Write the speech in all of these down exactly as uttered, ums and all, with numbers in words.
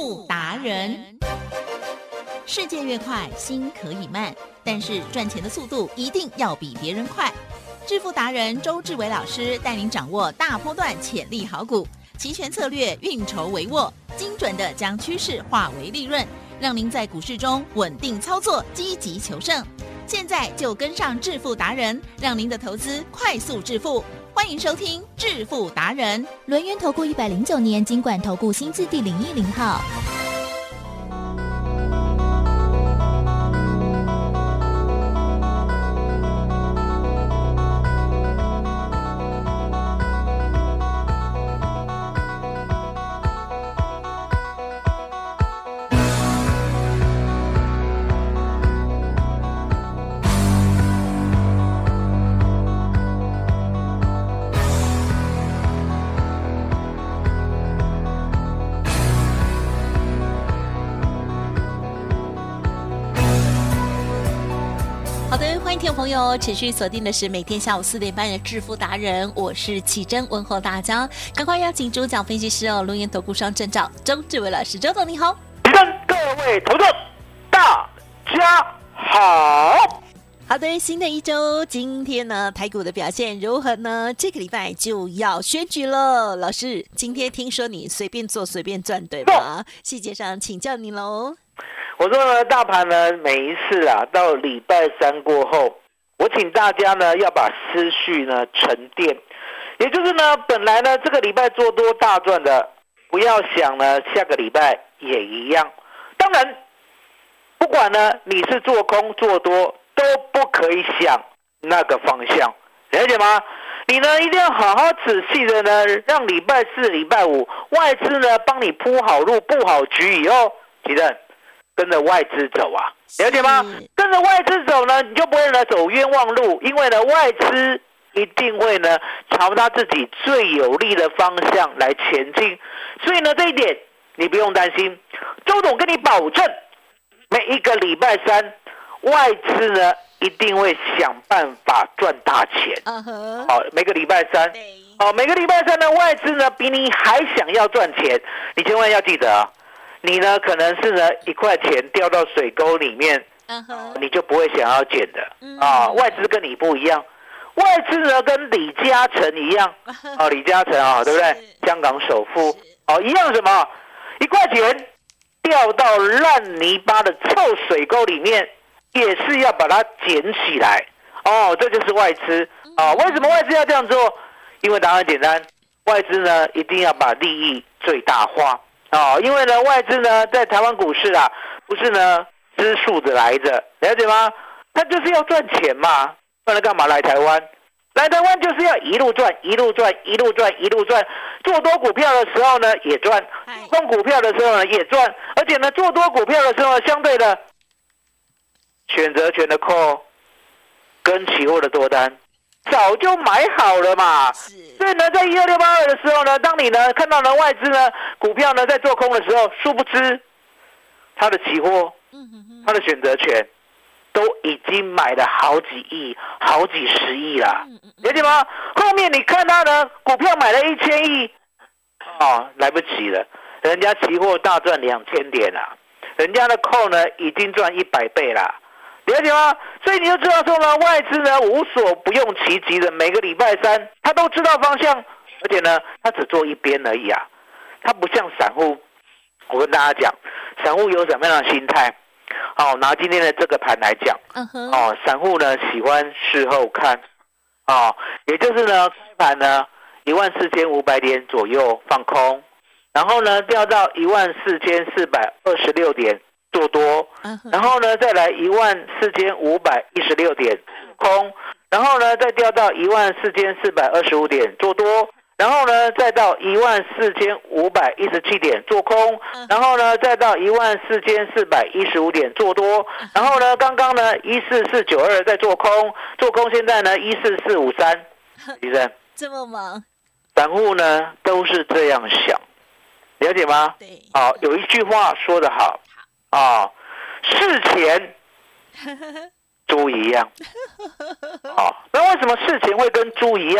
富达人。世界越快，心可以慢，但是赚钱的速度一定要比别人快。致富达人周志伟老师带您掌握大波段潜力好股，期权策略运筹帷幄，精准的将趋势化为利润，让您在股市中稳定操作，积极求胜。现在就跟上致富达人，让您的投资快速致富。欢迎收听致富达人。 轮源投顾一百零九年金管投顾新字第零一零号。 听众朋友，持续锁定的是每天下午四点半的致富达人，我是启真，问候大家，赶快邀请主讲分析师哦，龙岩投顾双证照周志伟老师，周总你好。 启真，各位投众大家好。 好的，新的一周，今天呢台股的表现如何呢？这个礼拜就要选举了，老师，今天听说你随便做随便赚，对吗？细节上请教你喽。 我说呢，大盘呢，每一次啊，到礼拜三过后，我请大家呢要把思绪呢沉淀，也就是呢，本来呢这个礼拜做多大赚的，不要想呢下个礼拜也一样。当然，不管呢你是做空做多，都不可以想那个方向，了解吗？你呢一定要好好仔细的呢，让礼拜四、礼拜五外资呢帮你铺好路、布好局以后，记得跟着外资走啊，了解吗？跟着外资走呢，你就不会呢走冤枉路，因为呢外资一定会呢朝他自己最有利的方向来前进，所以呢这一点你不用担心。周董跟你保证，每一个礼拜三外资呢一定会想办法赚大钱。好、uh huh. 每个礼拜三，好、每个礼拜三呢外资呢比你还想要赚钱，你千万要记得啊。你呢，可能是呢一块钱掉到水沟里面， uh-huh. 你就不会想要捡的、uh-huh. 啊。外资跟你不一样，外资呢跟李嘉诚一样，哦，李嘉诚啊，对不对？香港首富，哦，一样什么？一块钱掉到烂泥巴的臭水沟里面，也是要把它捡起来。哦，这就是外资啊。为什么外资要这样做？因为答案简单，外资呢一定要把利益最大化。哦，因为呢，外资呢在台湾股市啊，不是呢知数的来着，了解吗？他就是要赚钱嘛，不然干嘛来台湾？来台湾就是要一路赚，一路赚，一路赚，一路赚。做多股票的时候呢也赚，做空股票的时候呢也赚，而且呢做多股票的时候，相对的选择权的 call 跟期货的多单。早就买好了嘛，所以呢，在一二六八二的时候呢，当你呢看到呢外资呢股票呢在做空的时候，殊不知他的期货、他的选择权都已经买了好几亿、好几十亿了，了解吗？后面你看他呢股票买了一千亿，哦，来不及了，人家期货大赚两千点了，人家的 call 呢已经赚一百倍了。了解吗？所以你就知道说呢，外资呢无所不用其极的，每个礼拜三他都知道方向，而且呢他只做一边而已啊，他不像散户。我跟大家讲，散户有什么样的心态？哦，拿今天的这个盘来讲，哦，散户呢喜欢事后看，哦，也就是呢开盘呢一万四千五百点左右放空，然后呢掉到一万四千四百二十六点。做多，然后呢，再来一万四千五百一十六点空，然后呢，再掉到一万四千四百二十五点做多，然后呢，再到一万四千五百一十七点做空，然后呢，再到一万四千四百一十五点做多，然后呢，刚刚呢一四四九二在做空，做空现在呢一四四五三，医生这么忙， 散户呢都是这样想，了解吗？ 对， 好、哦，有一句话说得好。啊、哦，事前猪一样。哦，那为什么事前会跟猪一样？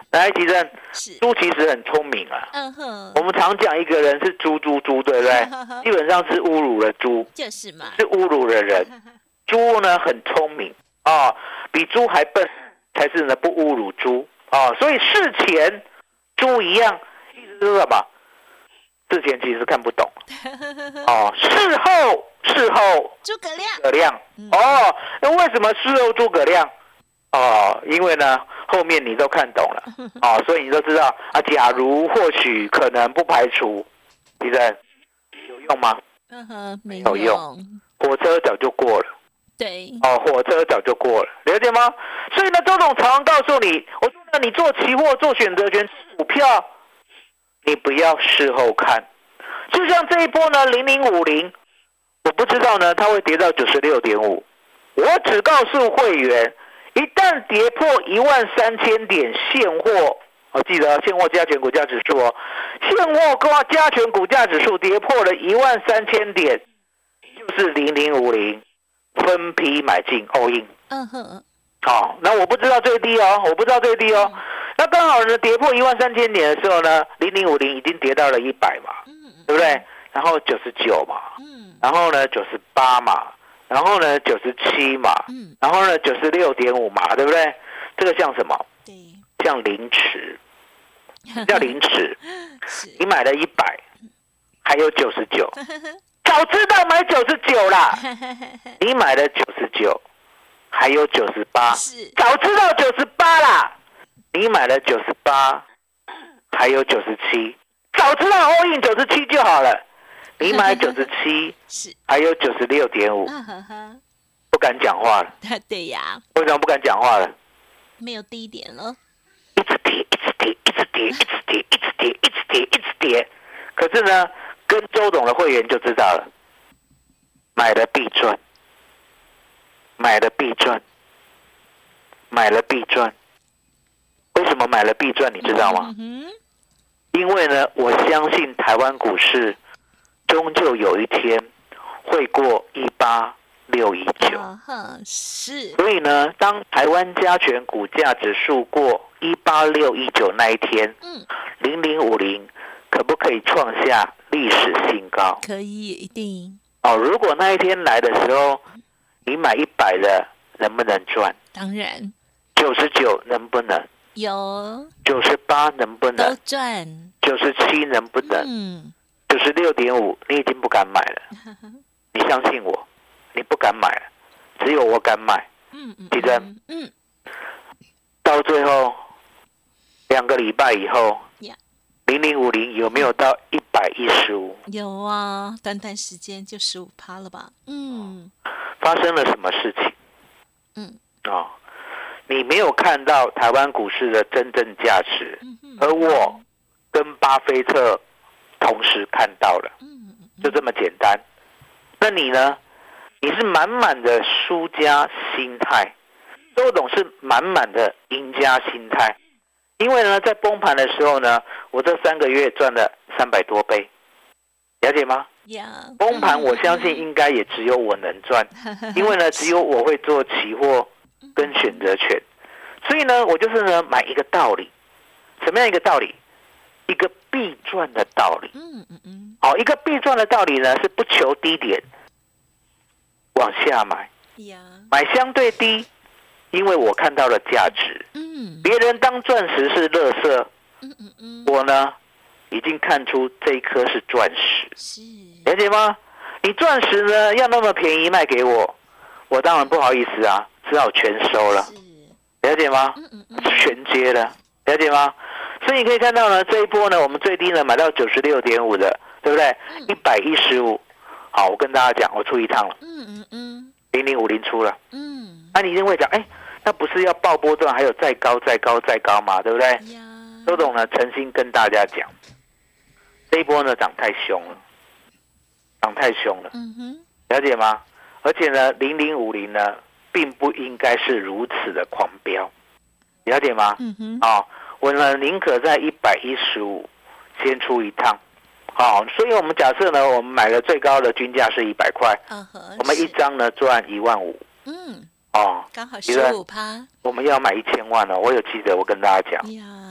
来，吉珍， 是， 猪其实很聪明啊。 嗯哼， 我们常讲一个人是猪猪猪，对不对？基本上是侮辱了猪， 就是嘛， 是侮辱了人。猪呢很聪明啊、哦，比猪还笨，才是呢不侮辱猪啊、哦。所以事前猪一样，意思是什么？事前其实看不懂哦，事后事后诸葛亮， 诸葛亮哦，那为什么事后诸葛亮？哦，因为呢后面你都看懂了哦，所以你都知道啊。假如或许可能不排除，你的有用吗？ 嗯哼，没有用，火车早就过了。 对， 哦，火车早就过了，了解吗？所以呢，周董常常告诉你，我说呢，你做期货、做选择权、股票，你不要事后看。就像这一波呢，零零五零，我不知道呢，它会跌到九十六点五。我只告诉会员，一旦跌破一万三千点现货，我记得现货加权股价指数哦，现货加权股价指数跌破了一万三千点，就是零零五零。分批买进 all in， 嗯哼， 好、哦，那我不知道最低哦，我不知道最低哦。嗯、那刚好呢，跌破一万三千点的时候呢，零零五零已经跌到了一百嘛，嗯、对不对？然后九十九嘛，嗯、然后呢九十八嘛，然后呢九十七嘛，嗯、然后呢九十六点五嘛，对不对？这个像什么？ 对， 像凌迟，叫凌迟。你买了一百，还有九十九。早知道买九十九啦，你买了九十九，还有九十八。早知道九十八啦，你买了九十八，还有九十七。早知道 all in 九十七就好了，你买九十七，还有九十六点五。不敢讲话了。 对呀。 为什么不敢讲话了？ 没有低点了。 一直跌，一直跌，一直跌，一直跌，一直跌，一直跌，一直跌。可是呢？跟周董的会员就知道了，买了必赚，买了必赚，买了必赚。为什么买了必赚？你知道吗？嗯、因为呢，我相信台湾股市终究有一天会过一八六一九。 是。 所以呢，当台湾加权股价指数过一八六一九那一天，嗯，零零五零可不可以创下历史新高？ 可以，一定。 哦，如果那一天来的时候，你买一百的，能不能赚？ 当然。 九十九能不能？ 有。 九十八能不能？ 都赚。 九十七能不能？嗯。九十六点五，你已经不敢买了。你相信我，你不敢买了，只有我敢买。嗯嗯。记得。嗯。到最后两个礼拜以后。零零五零有没有到一百一十五？ 有啊，短短时间就十五趴了吧？嗯， 发生了什么事情？嗯，哦，你没有看到台湾股市的真正价值，嗯、而我跟巴菲特同时看到了，嗯、就这么简单。那你呢？你是满满的输家心态，周董是满满的赢家心态。因为呢，在崩盘的时候呢，我这三个月赚了三百多倍，了解吗？ Yeah. 崩盘我相信应该也只有我能赚，因为呢，只有我会做期货跟选择权，所以呢，我就是呢买一个道理，什么样一个道理？一个必赚的道理。嗯嗯嗯。好，一个必赚的道理呢，是不求低点，往下买， Yeah. 买相对低。因为我看到了价值，嗯，别人当钻石是垃圾，嗯嗯嗯，我呢已经看出这一颗是钻石， 是， 了解吗？你钻石呢要那么便宜卖给我，我当然不好意思啊，只好全收了，了解吗？嗯嗯嗯，全接了，了解吗？所以你可以看到呢，这一波呢，我们最低呢买到九十六点五的，对不对？一百一十五，好，我跟大家讲，我出一趟了，嗯嗯嗯，零零五零出了，嗯，那、啊、你一定会讲，哎。那不是要爆波段，还有再高、再高、再高嘛，对不对？周董呢，诚心跟大家讲，这一波呢涨太凶了，涨太凶了，嗯哼，了解吗？而且呢，零零五零呢，并不应该是如此的狂飙，了解吗？嗯哼，啊、哦，我呢宁可在一百一十五先出一趟，好、哦，所以我们假设呢，我们买的最高的均价是一百块，uh huh, 我们一张呢赚一万五，嗯。哦， 刚好十五趴， 我们要买一千万哦。我有记得，我跟大家讲，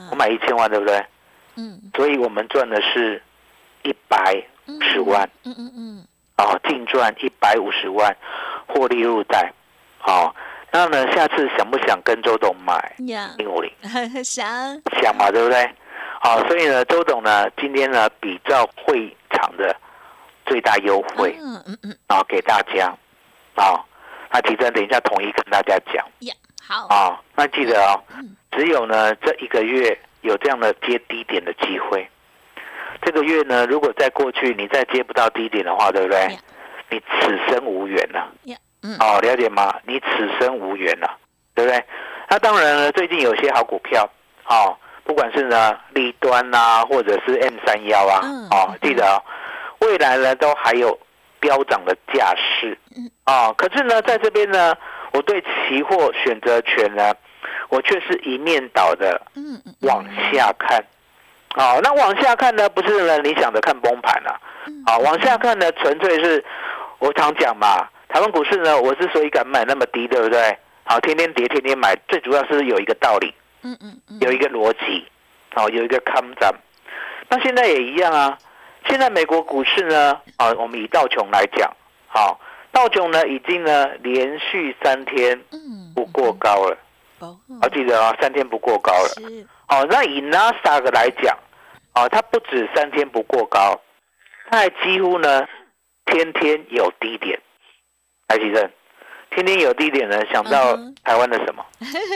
我买一千万，对不对？ 嗯， 所以我们赚的是一百五十万， 嗯嗯嗯， 哦，净赚一百五十万，获利入袋，哦，那呢，下次想不想跟周董买呀， 零五零？ 想， 想嘛，对不对？好，所以呢，周董呢，今天呢，比照会场的最大优惠， 嗯嗯嗯， 啊，给大家，啊，那提振等一下统一跟大家讲， 呀，好， 啊，那记得哦， 嗯只有呢这一个月有这样的接低点的机会，这个月呢，如果在过去你再接不到低点的话，对不对？ Yeah. 你此生无缘了， 呀，嗯， 哦，了解吗？你此生无缘了，对不对？那当然呢，最近有些好股票，哦，不管是呢立端啊，或者是 M 三十一啊， 嗯哦，记得哦，未来呢都还有飙涨的架势， 嗯， 哦，可是呢，在这边呢，我对期货选择权呢，我却是一面倒的嗯嗯， 往下看，好，那往下看呢，不是呢你想的看崩盘啊，好，往下看呢，纯粹是我常讲嘛，台湾股市呢，我之所以敢买那么低，对不对？好，天天跌，天天买，最主要是有一个道理， 嗯嗯嗯， 有一个逻辑，好，有一个看涨。那现在也一样啊，现在美国股市呢，啊，我们以道琼来讲，好，道琼呢已经呢连续三天不过高了， 哦， 好，记得啊，三天不过高了。 是， 好，那以 Nasdaq 来讲，啊，它不止三天不过高，它还几乎呢天天有低点。台积电天天有低点呢，想到台湾的什么？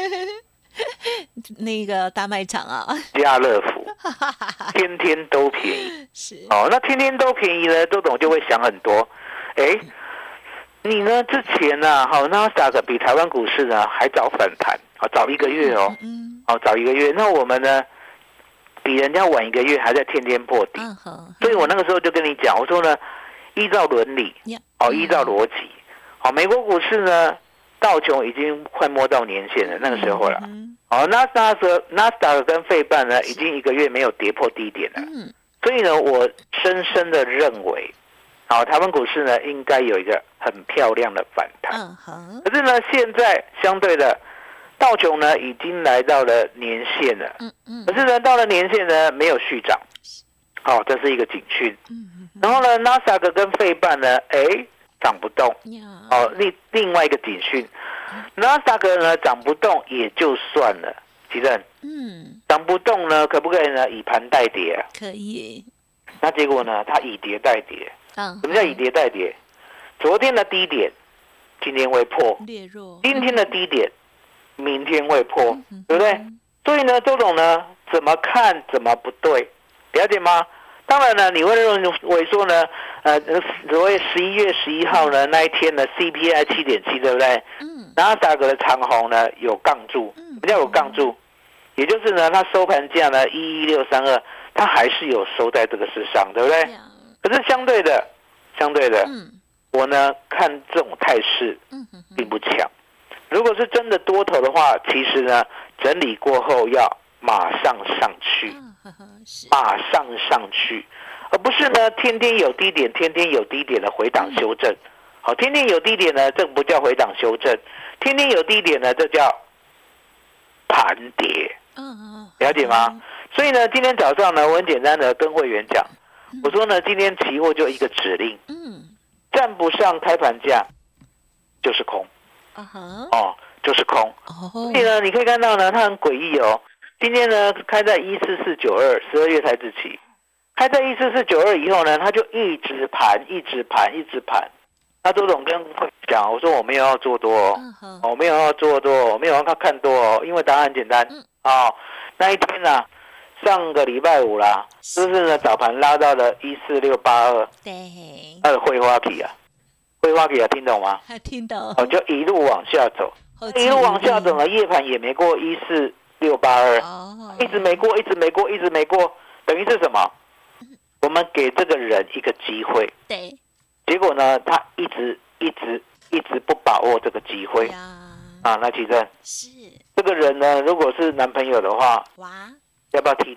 那个大卖场啊， 家乐福，天天都便宜。 是， 哦，那天天都便宜呢，周董就会想很多。哎，你呢之前呢、啊，好 ，Nasdaq 比台湾股市呢还早反弹，好早一个月哦， 嗯， 好早一个月。那我们呢，比人家晚一个月，还在天天破底。 嗯好， 所以我那个时候就跟你讲，我说呢，依照伦理，哦，依照逻辑，好，美国股市呢，道琼已经快摸到年线了，那个时候了。好，纳斯达克、纳斯达克跟费半呢，已经一个月没有跌破低点了。 嗯， 所以呢，我深深的认为，好，台湾股市呢，应该有一个很漂亮的反弹。 嗯好， 可是呢，现在相对的，道琼呢已经来到了年线了。 嗯嗯， 可是呢，到了年线呢，没有续涨。好，这是一个警讯。 嗯， 然后呢，纳斯达克跟费半呢，哎，涨不动。 呀， 哦，另另外一个警讯，纳斯达克呢涨不动也就算了，其实嗯， 涨不动呢，可不可以呢以盘代跌啊？ 可以， 那结果呢，它以跌代跌。 嗯， 什么叫以跌代跌？昨天的低点，今天会破； 略弱， 今天的低点，明天会破，对不对？所以呢，周董呢怎么看怎么不对，了解吗？当然了，你会认为说呢，呃，所谓十一月十一号呢那一天呢 C P I 七点七，对不对？ 嗯， 纳斯达克的长红呢有杠住，什么叫有杠住？也就是呢，它收盘价呢一一六三二，它还是有收在这个之上，对不对？可是相对的，相对的， 嗯， 我呢看这种态势， 嗯并不强。如果是真的多头的话，其实呢整理过后要马上上去。马上上去，而不是呢天天有低点，天天有低点的回档修正。好，天天有低点呢，这不叫回档修正；天天有低点呢，这叫盘跌。 嗯， 了解吗？所以呢，今天早上呢，我很简单的跟会员讲，我说呢，今天期货就一个指令， 嗯， 站不上开盘价就是空， 啊哈， 哦，就是空。 哦， 所以呢，你可以看到呢，它很诡异哦。今天呢，开在一四四九二，十二月台子期，开在一四四九二以后呢，它就一直盘，一直盘，一直盘。那周总跟会讲，我说我没有要做多哦， 嗯我没有要做多，我没有要看多哦，因为答案很简单， 嗯哦，那一天啊，上个礼拜五啦，是不是呢？早盘拉到了一四六八二， 对， 那个会花旗啊，会花旗啊，听懂吗？ 听懂， 哦，就一路往下走，一路往下走呢，夜盘也没过一四六八二， 哦， 一直没过，一直没过，一直没过，等于是什么？我们给这个人一个机会， 对， 结果呢，他一直一直一直不把握这个机会啊。那其实是这个人呢，如果是男朋友的话， 哇， 要不要踢走？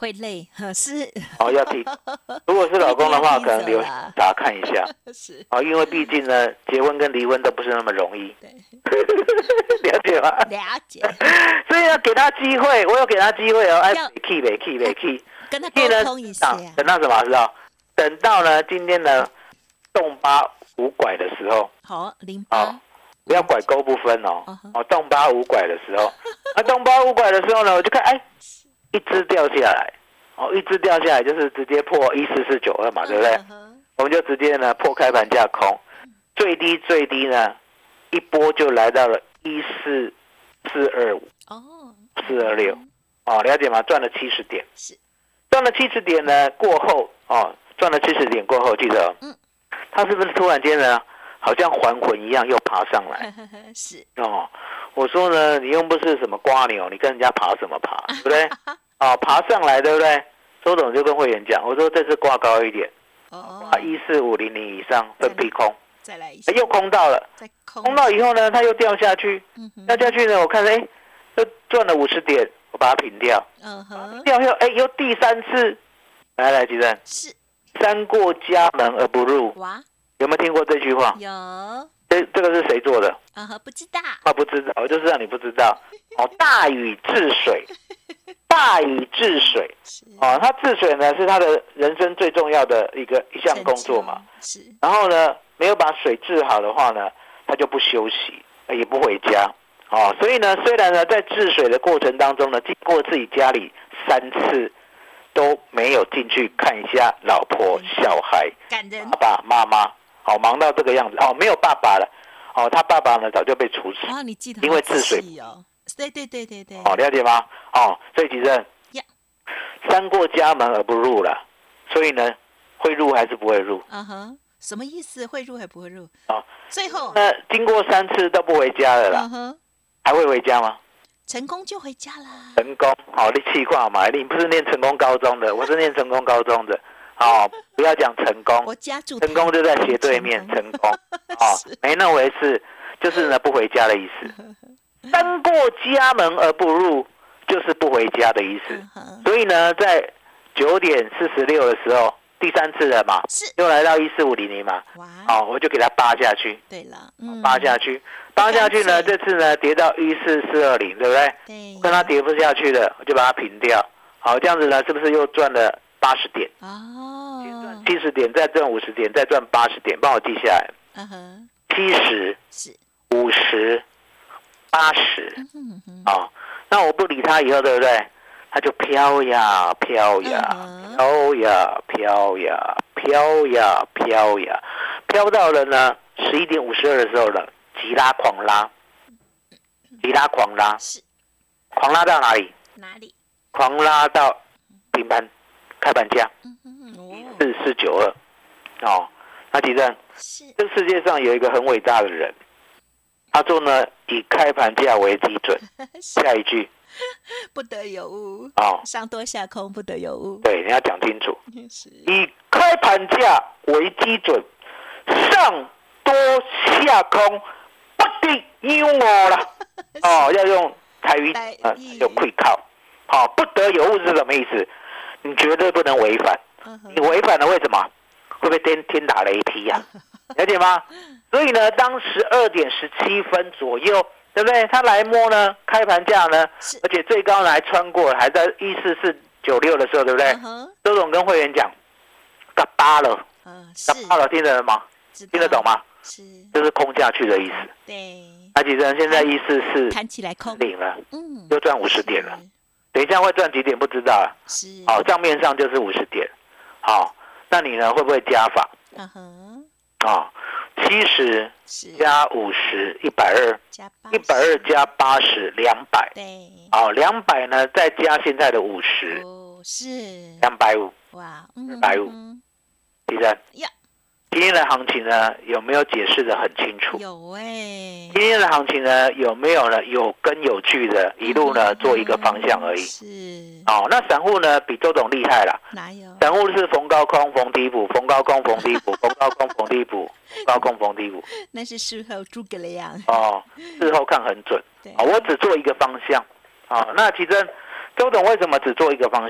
会累，是哦，要提。如果是老公的话，可能留查看一下。 是哦，因为毕竟呢，结婚跟离婚都不是那么容易。 对， 了解吗？ 了解。 所以要给他机会，我有给他机会哦。哎 ，key 呗 key 呗 key， 跟他沟通一下。 等到什么时候？等到呢，今天呢，动八五拐的时候。 好，零八。 不要拐钩不分哦。哦，动八五拐的时候，那动八五拐的时候呢，我就看，哎，一只掉下来。哦，一只掉下来就是直接破一四四九二嘛，对不对？我们就直接呢破开盘价空，最低最低呢一波就来到了一四四二五哦，四二六哦，了解吗？赚了七十点，是赚了七十点呢过后哦，赚了七十点过后，记得，嗯，它是不是突然间呢，好像还魂一样又爬上来？是哦，我说呢，你又不是什么瓜牛，你跟人家爬什么爬，对不对？哦，爬上来对不对？周董就跟会员讲，我说这次挂高一点，挂一四五零零以上分批空，再来一下，又空到了，再空，空到以后呢，它又掉下去，嗯、掉下去呢，我看哎，又赚了五十点，我把它平掉，嗯哼，掉又哎又第三次，来来，吉正是三过家门而不入，哇，有没有听过这句话？有。这这个是谁做的？啊、uh ， 不知道。啊，不知道，我就知道你不知道。哦，大禹治水，大禹治水。哦，他治水呢是他的人生最重要的一个一项工作嘛。是。然后呢，没有把水治好的话呢，他就不休息，也不回家。哦，所以呢，虽然呢在治水的过程当中呢，经过自己家里三次都没有进去看一下老婆、小孩、爸爸妈妈。好，忙到这个样子哦，没有爸爸了哦，他爸爸呢早就被处死，哦、你记得因为治水哦，对对对对对，哦，了解吗？哦，所以其实三过家门而不入了，所以呢，会入还是不会入？嗯哼，什么意思？会入还不会入？哦，最后那经过三次都不回家了啦，嗯哼，还会回家吗？成功就回家了。成功，好、哦，你气话嘛，你不是念成功高中的，我是念成功高中的。哦，不要讲成功，我家住成功就在斜对面，成功哦，没那回事，就是呢不回家的意思。三过家门而不入，就是不回家的意思。所以呢，在九点四十六的时候，第三次了嘛，又来到一四五零零嘛，哦，我就给它扒下去。对了，嗯，扒下去，扒下去呢，这次呢跌到一四四二零，对不对？对，跟它跌不下去的，我就把它平掉。好，这样子呢，是不是又赚了八十点？哦，赚七十点，再赚五十点，再赚八十点，帮我记下来。嗯哼，七十是五十八十。嗯哼，哦，那我不理他以后，对不对？它就飘呀飘呀飘呀飘呀飘呀飘呀，飘到了呢十一点五十二的时候了，急拉狂拉，急拉狂拉，是狂拉到哪里？哪里？狂拉到平盘开盘价一四四九二。哦，那其实这个世界上有一个很伟大的人，他说呢以开盘价为基准。下一句。不得有误哦，上多下空不得有误。对，你要讲清楚。以开盘价为基准，上多下空不得有误了。哦，要用台语，呃，用会靠。好、哦，不得有误是什么意思？你绝对不能违反。你违反了，为什么？会被天天打雷劈呀、啊？了解吗？所以呢，当十二点十七分左右。对不对？他来摸呢，开盘价呢，而且最高呢还穿过，还在一四四九六的时候，对不对？Uh-huh. 周总跟会员讲，嘎巴了，嘎巴了，听得懂吗？听得懂吗？是，就是空下去的意思。对。那其实现在一四四弹起来空领了，嗯，又赚五十点了。等一下会赚几点不知道了。是。好、哦，账面上就是五十点。好、哦，那你呢会不会加法？嗯哼。啊。七十加五十，一百二，一百二加八十，两百。对，好，两百呢，再加现在的五十，哦，是两百五。哇，两百五。第三，呀，今天的行情呢，有没有解释得很清楚？有哎、欸。今天的行情呢，有没有呢？有根有据的，一路呢、嗯、做一个方向而已。是。哦，那散户呢，比周董厉害啦。哪有？散户是逢高空逢低补，逢高空逢低补，逢高空逢低补。高空逢低补，那是事后诸葛亮哦，事后看很准。啊，我只做一个方向。啊，那其实周董为什么只做一个方向？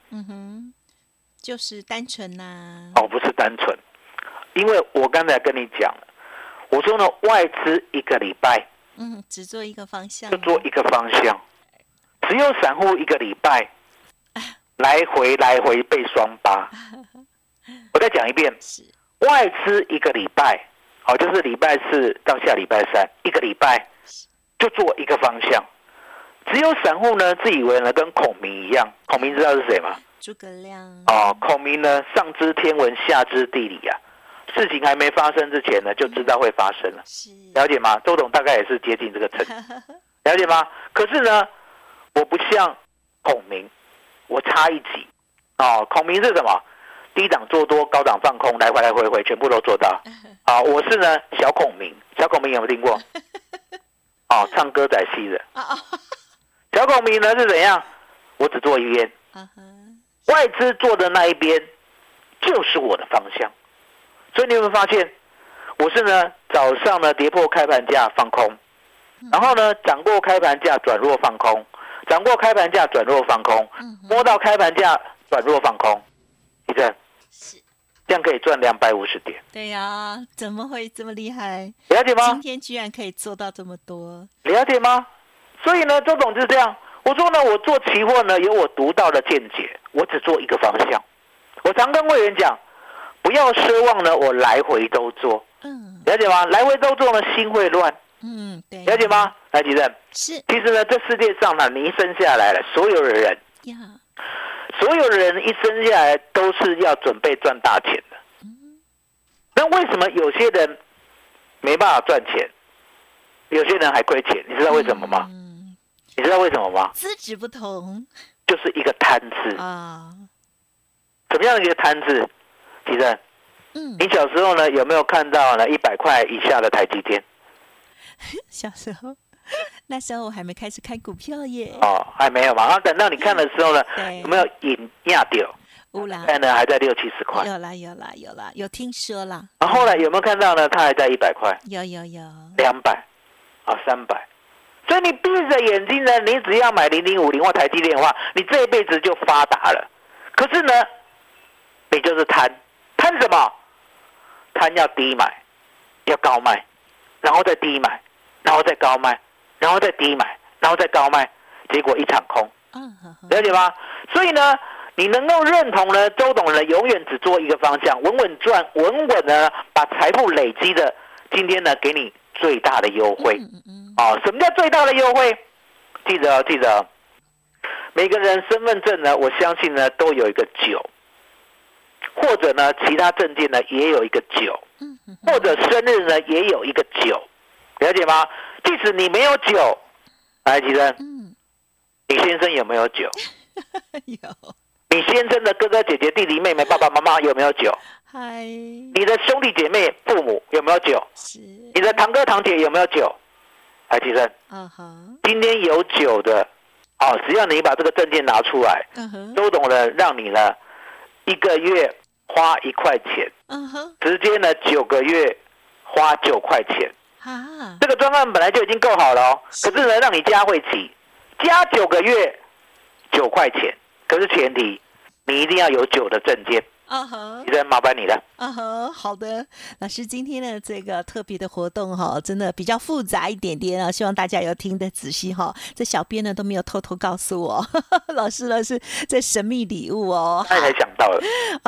嗯哼，就是单纯呐、啊。 哦，不是单纯，因为我刚才跟你讲了，我说呢，外资一个礼拜， 嗯，只做一个方向， 就做一个方向，只有散户一个礼拜，来回来回被双八。我再讲一遍， 是外资一个礼拜，好、哦，就是礼拜四到下礼拜三，一个礼拜就做一个方向。只有散户呢，自以为呢跟孔明一样，孔明知道是谁吗？ 诸葛亮。 哦，孔明呢上知天文下知地理啊，事情还没发生之前呢就知道会发生了， 是了解吗？周董大概也是接近这个程度，了解吗？可是呢，我不像孔明，我差一级。哦，孔明是什么？低档做多，高档放空，来回来回回全部都做到。啊，我是呢小孔明，小孔明有没有听过？哦，唱歌仔戏的。小孔明呢是怎样？我只做一边，外资做的那一边就是我的方向。所以你有没有发现，我是呢早上呢跌破开盘价放空，然后呢涨过开盘价转弱放空，涨过开盘价转弱放空，摸到开盘价转弱放空，你这这样可以赚两百五十点。 对呀、啊，怎么会这么厉害？ 了解吗？ 今天居然可以做到这么多， 了解吗？所以呢，周董就是这样。我说呢，我做期货呢有我独到的见解，我只做一个方向。我常跟会员讲，不要奢望呢我来回都做， 嗯， 了解吗？来回都做呢心会乱， 嗯，对、啊， 了解吗？来，吉正， 是， 其实呢，这世界上呢，你一生下来了，所有的人呀， 所有的人一生下来都是要准备赚大钱的。那为什么有些人没办法赚钱，有些人还亏钱？你知道为什么吗？ 嗯， 你知道为什么吗？ 资质不同， 就是一个贪字啊。 什么样的一个贪字？其实， 嗯， 你小时候呢有没有看到呢一百块以下的台积电？ 小时候，那时候我还没开始看股票耶。 哦，还没有嘛。然后等到你看的时候呢， 对， 有没有引压掉？ 有啦， 现在呢还在六七十块。 有啦有啦有啦，有听说啦。 然后后来有没有看到呢？它还在一百块。 有有有。 两百，啊，三百。所以你闭着眼睛呢，你只要买零零五零或台积电的话，你这一辈子就发达了。可是呢，你就是贪，贪什么？贪要低买，要高卖，然后再低买，然后再高卖，然后再低买，然后再高卖，结果一场空。 嗯， 了解吗？所以呢，你能够认同呢，周董呢永远只做一个方向，稳稳赚，稳稳的把财富累积的，今天呢给你最大的优惠。 嗯嗯哦，什么叫最大的优惠？记得哦，记得哦，每个人身份证呢，我相信呢都有一个九，或者呢其他证件呢也有一个九，或者生日呢也有一个九，了解吗？即使你没有九，来，吉珍， 嗯， 你先生有没有九？ 有。 你先生的哥哥姐姐弟弟妹妹爸爸妈妈有没有酒？ 嗨， 你的兄弟姐妹父母有没有酒？ 是。 你的堂哥堂姐有没有酒？来，齐生， 嗯哼， 今天有酒的，哦，只要你把这个证件拿出来， 嗯哼， 周董呢让你呢一个月花一块钱， 嗯哼， 直接呢九个月花九块钱。 啊， 这个专案本来就已经够好了哦，可是呢让你加会期，加九个月九块钱，可是前提你一定要有酒的证件。 嗯哼， 医生麻烦你了。 嗯哼，好的，老师今天的这个特别的活动哈，真的比较复杂一点点啊，希望大家有听得仔细哈。这小编呢都没有偷偷告诉我，呵呵老师呢是这神秘礼物哦。 他才想到了。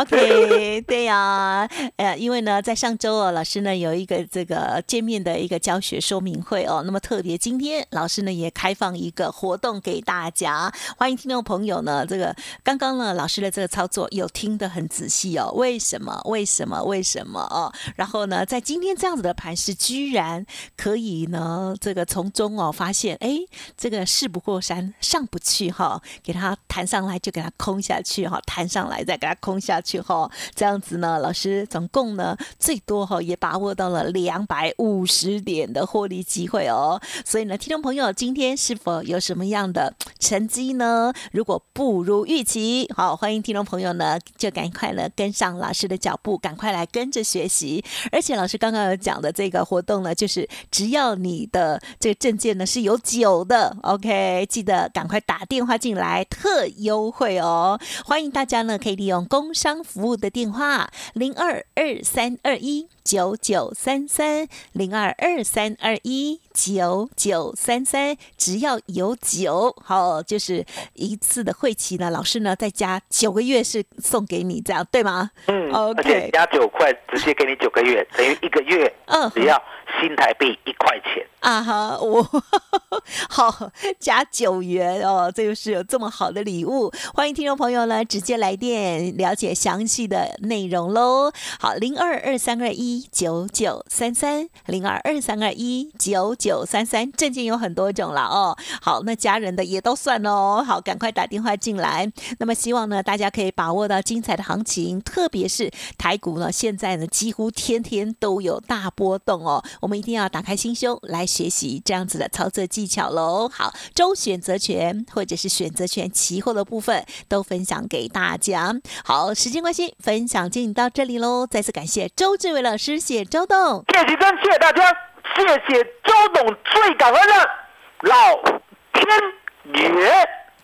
OK， 对呀、啊，呃，因为呢，在上周哦，老师呢有一个这个见面的一个教学说明会哦，那么特别今天老师呢也开放一个活动给大家，欢迎听众朋友呢，这个刚刚呢老师的这个操作有听得很仔细哦，为什么？为什么？为什么哦？然后呢，在今天这样子的盘势，居然可以呢，这个从中哦发现，哎，这个势不过山，上不去哈、哦，给它弹上来就给它空下去哈、哦，弹上来再给它空下去哈、哦，这样子呢，老师总共呢最多哈、哦、也把握到了两百五十点的获利机会哦。所以呢，听众朋友今天是否有什么样的成绩呢？如果不如预期，好，欢迎听众朋友呢就赶快呢呢跟上老师的脚步，赶快来跟着学习。而且老师刚刚有讲的这个活动呢，就是只要你的这个证件呢是有九的 OK， 记得赶快打电话进来，特优惠哦。欢迎大家呢可以利用工商服务的电话零二二三二一九九三三零二二三二一九九三三，只要有九，好，就是一次的会期呢，老师呢再加九个月是送给你，这样对吗？嗯 ，OK， 而且加九块，直接给你九个月，等于一个月，嗯，只要新台币一块钱啊哈，我好加九元哦，这就是有这么好的礼物，欢迎听众朋友呢直接来电了解详细的内容喽。好，零二二三二一九九三三零二二三二一九九三三，证件有很多种了哦。好，那家人的也都算哦。好，赶快打电话进来。那么希望呢，大家可以把握到精彩的行情，特别是台股呢，现在呢几乎天天都有大波动哦。我们一定要打开心胸来学习这样子的操作技巧喽。好，周选择权或者是选择权期货的部分都分享给大家。好，时间关系，分享进行到这里喽。再次感谢周志伟老师，谢谢周董， 谢谢真，谢谢大家，谢谢周董，最感恩的老天爷。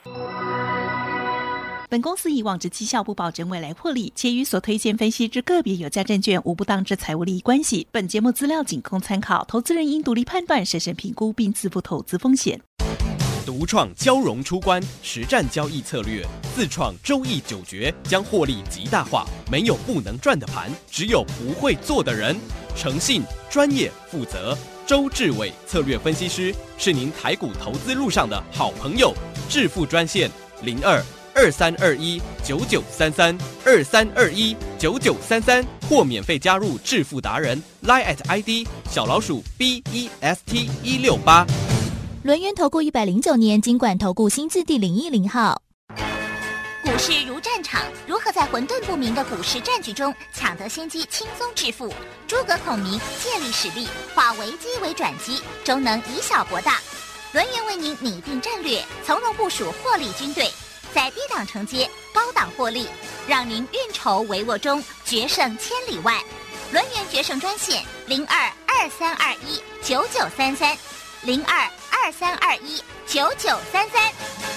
本公司以往之绩效不保证未来获利，且与所推荐分析之个别有价证券无不当之财务利益关系。本节目资料仅供参考，投资人应独立判断、审慎评估并自负投资风险。 独创交融出关实战交易策略，自创周易九诀，将获利极大化。没有不能赚的盘，只有不会做的人。诚信、专业、负责，周志伟策略分析师是您台股投资路上的好朋友。致富专线零二二三二一九九三三二三二一九九三三，或免费加入致富达人 Line at I D 小老鼠 B E S T 一六八。 轮源投顾一百零九年金管投顾新字第零一零号。 股市如战场，如何在混沌不明的股市战局中抢得先机，轻松致富？诸葛孔明借力使力，化危机为转机，终能以小博大。轮源为您拟定战略，从容部署获利军队，在低档承接，高档获利，让您运筹帷幄中决胜千里外。轮源决胜专线零二二三二一九九三三零二二三二一九九三三。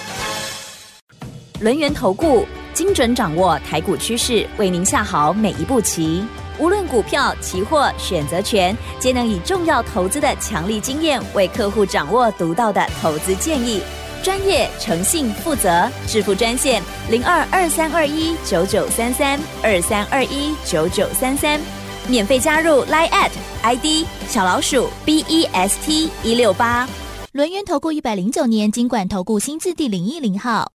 轮源投顾精准掌握台股趋势，为您下好每一步棋。无论股票、期货、选择权，皆能以重要投资的强力经验，为客户掌握独到的投资建议。专业、诚信、负责，致富专线零二二三二一九九三三二三二一九九三三，免费加入 Line at I D 小老鼠 B E S T 一六八。 轮源投顾一百零九年金管投顾新字第零一零号。